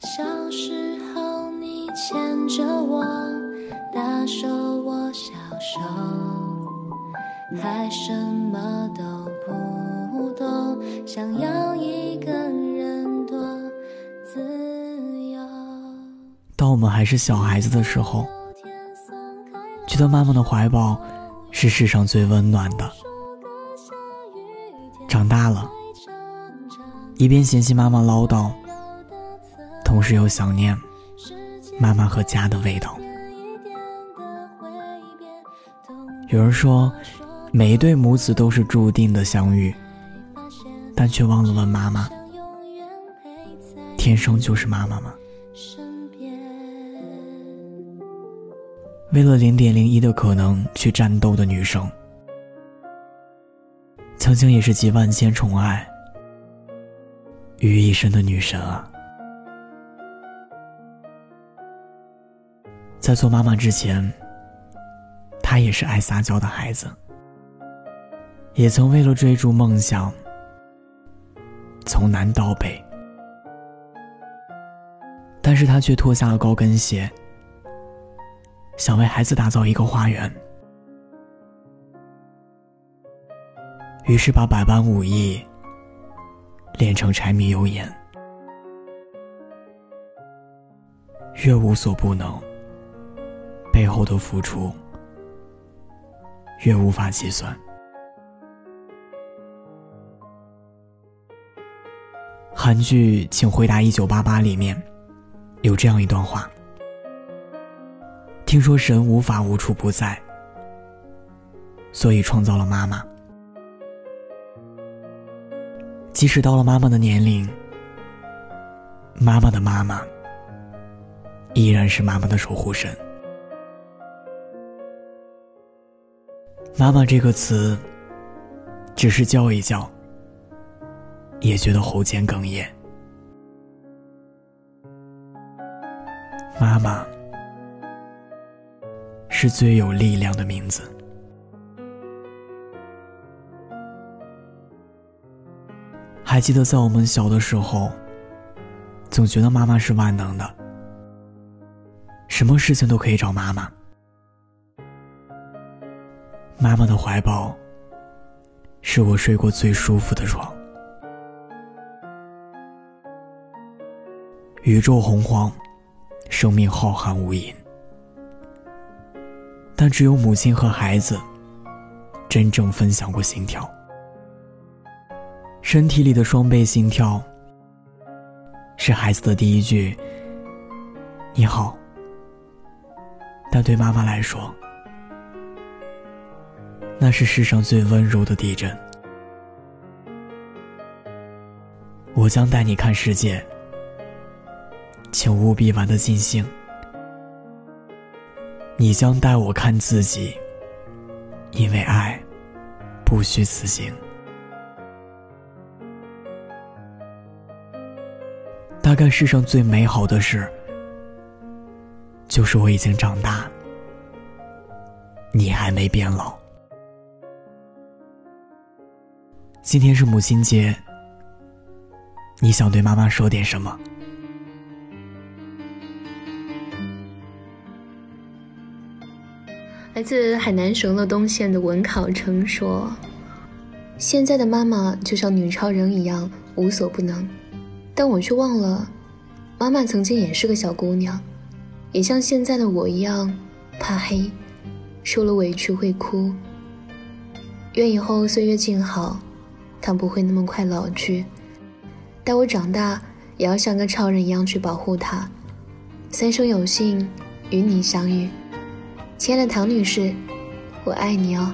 小时候你牵着我，大手握小手，还什么都不懂，想要一个人多自由。 当我们还是小孩子的时候，觉得妈妈的怀抱是世上最温暖的。长大了，一边嫌弃妈妈唠叨，同时又想念妈妈和家的味道。有人说，每一对母子都是注定的相遇，但却忘了问妈妈，天生就是妈妈吗？为了0.01的可能去战斗的女生，曾经也是集万千宠爱于一身的女神啊。在做妈妈之前，她也是爱撒娇的孩子，也曾为了追逐梦想从南到北，但是她却脱下了高跟鞋，想为孩子打造一个花园，于是把百般武艺练成柴米油盐，越无所不能，背后的付出越无法计算。韩剧《请回答1988》里面有这样一段话，听说神无法无处不在，所以创造了妈妈。即使到了妈妈的年龄，妈妈的妈妈依然是妈妈的守护神。妈妈这个词，只是叫一叫，也觉得喉间哽咽。妈妈是最有力量的名字。还记得在我们小的时候，总觉得妈妈是万能的，什么事情都可以找妈妈。妈妈的怀抱是我睡过最舒服的床。宇宙洪荒，生命浩瀚无垠，但只有母亲和孩子真正分享过心跳。身体里的双倍心跳，是孩子的第一句你好，但对妈妈来说，那是世上最温柔的地震。我将带你看世界，请务必玩得尽兴。你将带我看自己，因为爱不虚此行。大概世上最美好的事，就是我已经长大，你还没变老。今天是母亲节，你想对妈妈说点什么？ 来自海南省乐东县的文考成说，现在的妈妈就像女超人一样无所不能，但我却忘了妈妈曾经也是个小姑娘，也像现在的我一样怕黑，受了委屈会哭。愿以后岁月静好，她不会那么快老去，待我长大也要像个超人一样去保护她。三生有幸与你相遇。亲爱的唐女士，我爱你哦。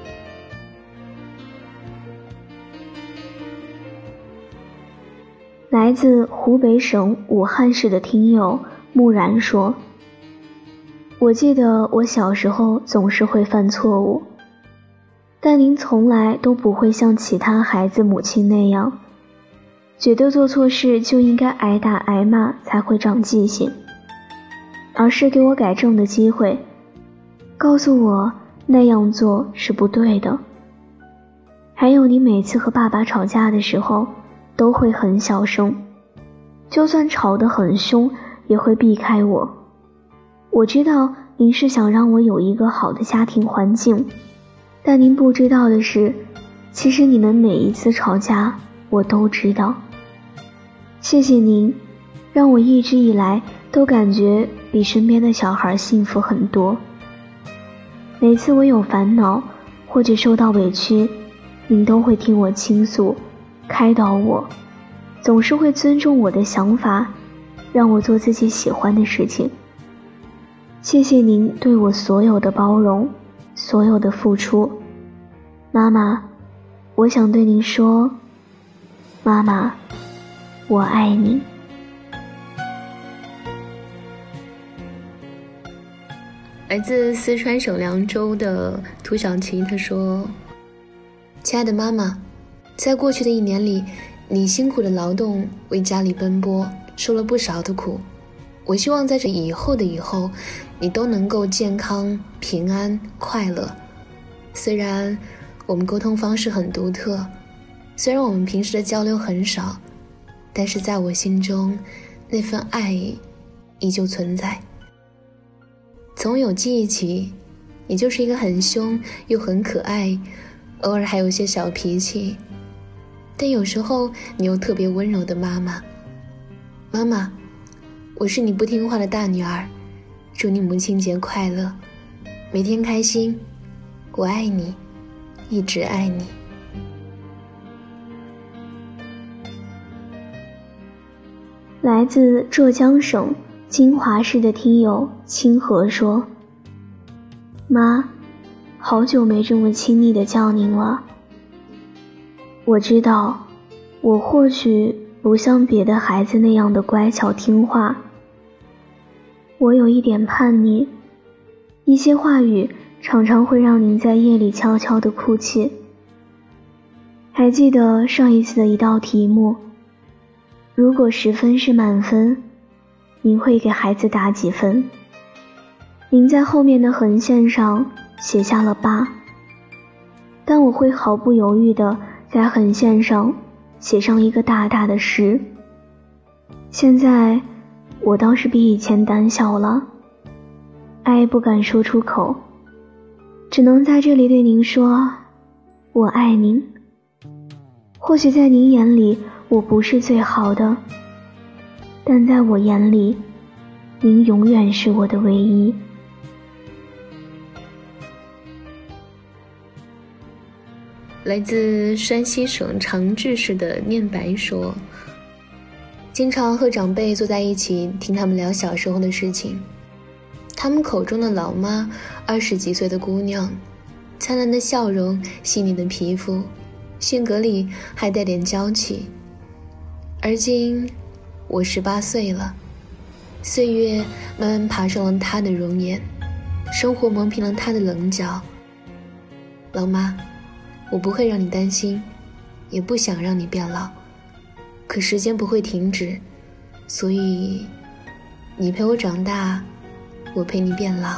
来自湖北省武汉市的听友木然说，我记得我小时候总是会犯错误，但您从来都不会像其他孩子母亲那样，觉得做错事就应该挨打挨骂才会长记性，而是给我改正的机会，告诉我那样做是不对的。还有你每次和爸爸吵架的时候都会很小声， 就算吵得很凶，也会避开我。我知道您是想让我有一个好的家庭环境，但您不知道的是，其实你们每一次吵架，我都知道。谢谢您，让我一直以来都感觉比身边的小孩幸福很多。每次我有烦恼或者受到委屈，您都会听我倾诉，开导我，总是会尊重我的想法，让我做自己喜欢的事情。谢谢您对我所有的包容，所有的付出。妈妈，我想对您说，妈妈，我爱你。 来自四川省凉州的涂小琪，她说：亲爱的妈妈，在过去的1年里，你辛苦的劳动，为家里奔波，受了不少的苦。我希望在这以后，你都能够健康、平安、快乐。虽然我们沟通方式很独特，虽然我们平时的交流很少，但是在我心中，那份爱依旧存在。从有记忆起，你就是一个很凶又很可爱，偶尔还有些小脾气，但有时候你又特别温柔的妈妈。妈妈，我是你不听话的大女儿，祝你母亲节快乐，每天开心，我爱你，一直爱你。 来自浙江省金华市的听友清河说：妈，好久没这么亲昵地叫您了。我知道，我或许不像别的孩子那样的乖巧听话，我有一点叛逆，一些话语常常会让您在夜里悄悄地哭泣。还记得上一次的一道题目，如果10分是满分，您会给孩子打几分？您在后面的横线上写下了8，但我会毫不犹豫地在横线上写上一个大大的10。现在我倒是比以前胆小了，爱不敢说出口，只能在这里对您说，我爱您。或许在您眼里我不是最好的，但在我眼里，您永远是我的唯一。 来自山西省长治市的念白说：经常和长辈坐在一起听他们聊小时候的事情，他们口中的老妈20几岁的姑娘，灿烂的笑容，细腻的皮肤，性格里还带点娇气。而今我18岁了，岁月慢慢爬上了她的容颜，生活磨平了她的棱角。老妈，我不会让你担心，也不想让你变老，可时间不会停止，所以你陪我长大，我陪你变老。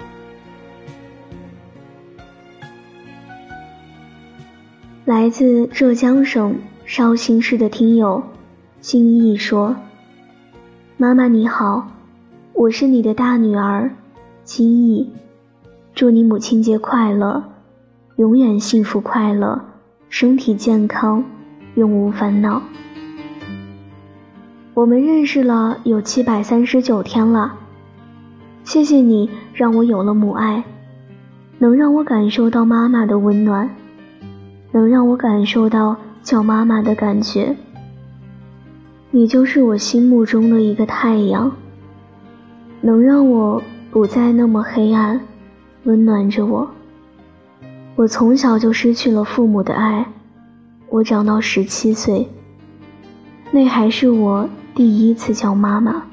来自浙江省绍兴市的听友金毅说：妈妈你好，我是你的大女儿金毅，祝你母亲节快乐，永远幸福快乐，身体健康，永无烦恼。我们认识了有739天了，谢谢你让我有了母爱，能让我感受到妈妈的温暖，能让我感受到叫妈妈的感觉。你就是我心目中的一个太阳，能让我不再那么黑暗，温暖着我。我从小就失去了父母的爱，我长到17岁，那还是我第一次叫妈妈。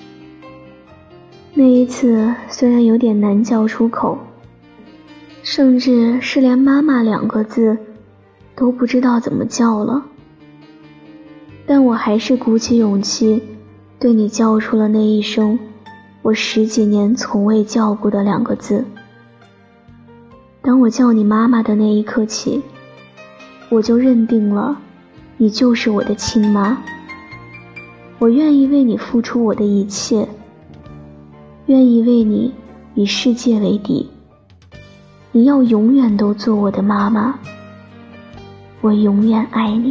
那一次虽然有点难叫出口，甚至是连妈妈2个字都不知道怎么叫了，但我还是鼓起勇气对你叫出了那一声我10几年从未叫过的2个字。当我叫你妈妈的那一刻起，我就认定了你就是我的亲妈。 我愿意为你付出我的一切，愿意为你与世界为敌。你要永远都做我的妈妈，我永远爱你。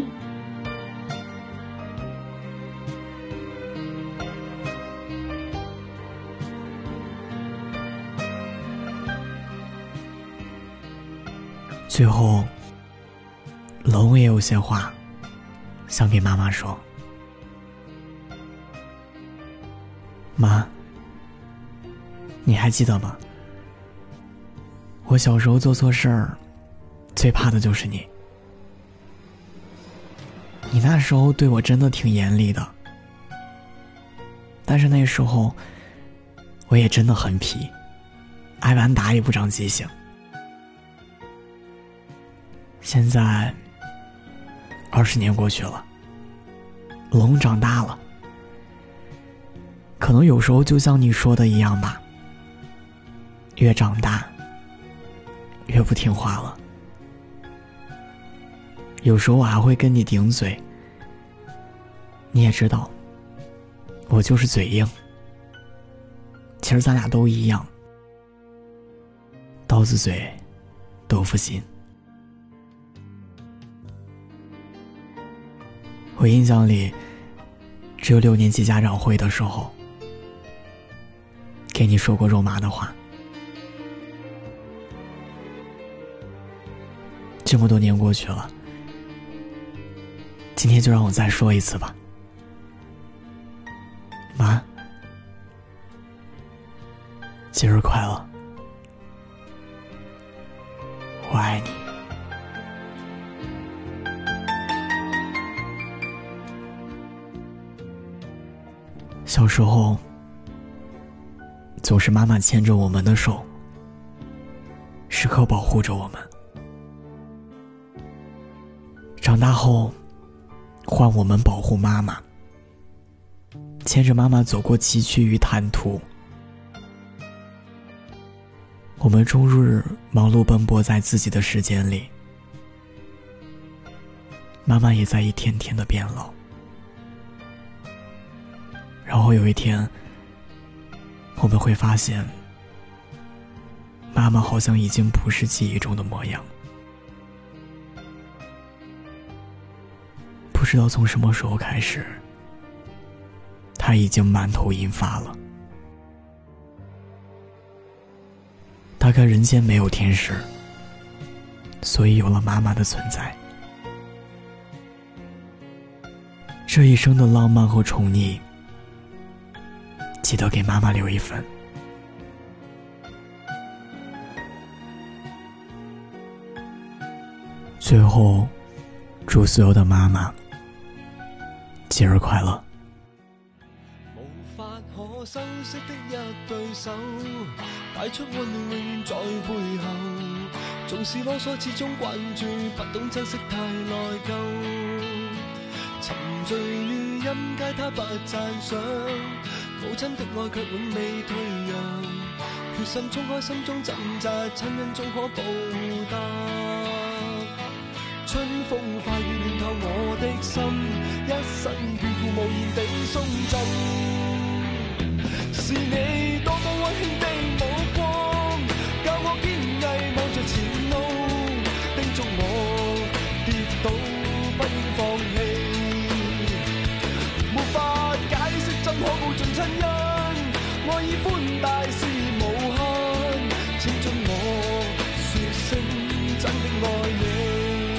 最后，龙也有些话想给妈妈说。妈，你还记得吗？我小时候做错事儿，最怕的就是你。你那时候对我真的挺严厉的，但是那时候我也真的很皮，挨完打也不长记性。现在20年过去了，龙长大了，可能有时候就像你说的一样吧，越长大越不听话了。有时候我还会跟你顶嘴，你也知道我就是嘴硬。其实咱俩都一样，刀子嘴豆腐心。我印象里只有6年级家长会的时候给你说过肉麻的话。这么多年过去了，今天就让我再说一次吧。妈，节日快乐，我爱你。小时候总是妈妈牵着我们的手，时刻保护着我们。长大后换我们保护妈妈，牵着妈妈走过崎岖与坦途。我们终日忙碌奔波在自己的时间里，妈妈也在一天天的变老。然后有一天，我们会发现，妈妈好像已经不是记忆中的模样。不知道从什么时候开始，她已经满头银发了。大概人间没有天使，所以有了妈妈的存在。这一生的浪漫和宠溺，记得给妈妈留一份。最后，祝所有的妈妈节日快乐。 无法可修饰的一对手，带出温暖永远在背后，纵是啰嗦始终惯住，不懂珍惜太内疚，沉醉于音阶他不赞赏，母亲的爱却永未退让，决心冲开心中挣扎，亲恩终可报答。春风化雨暖透我的心，一生眷顾无言地送赠。是你多么温馨的目光，教我堅毅望着前路，叮囑我跌倒不應放棄。沒法解釋怎可報盡親恩，愛意寬大是無限，請准我說聲真的愛你。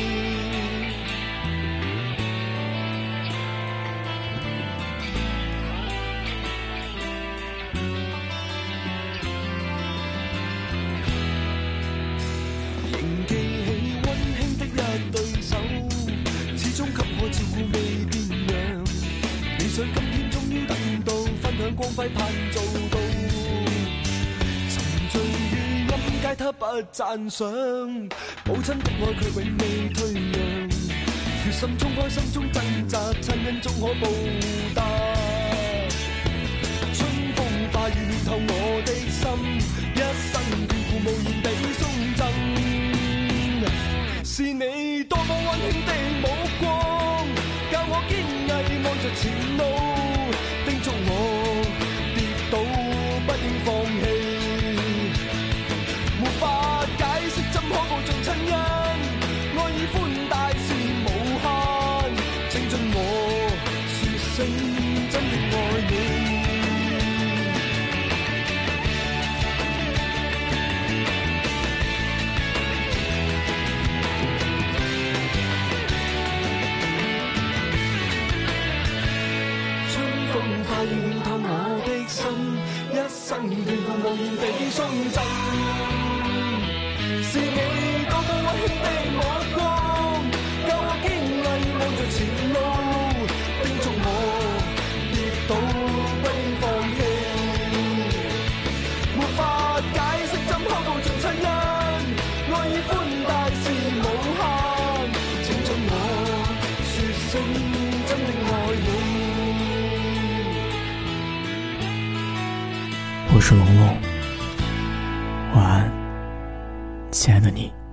仍記起溫馨的一對手，始終給我照顧未變樣。理想今天終於等到，分享光輝盼做到。沉醉於音階他不讚賞，母親的愛卻永未退讓。決心衝開心中掙扎，親恩終可報答。春風化雨暖透我的心，一生眷顧無言地送贈。是你多麼溫馨的目光，教我堅毅望着前路。 身，沿途無言地送贈。是你多麼溫馨的目光，教我堅毅望着前路，叮囑我跌倒不應放棄。沒法解釋怎可報盡親恩，愛與寬大是無限，請准我說聲真的愛你。 我是龙龙，晚安，亲爱的你。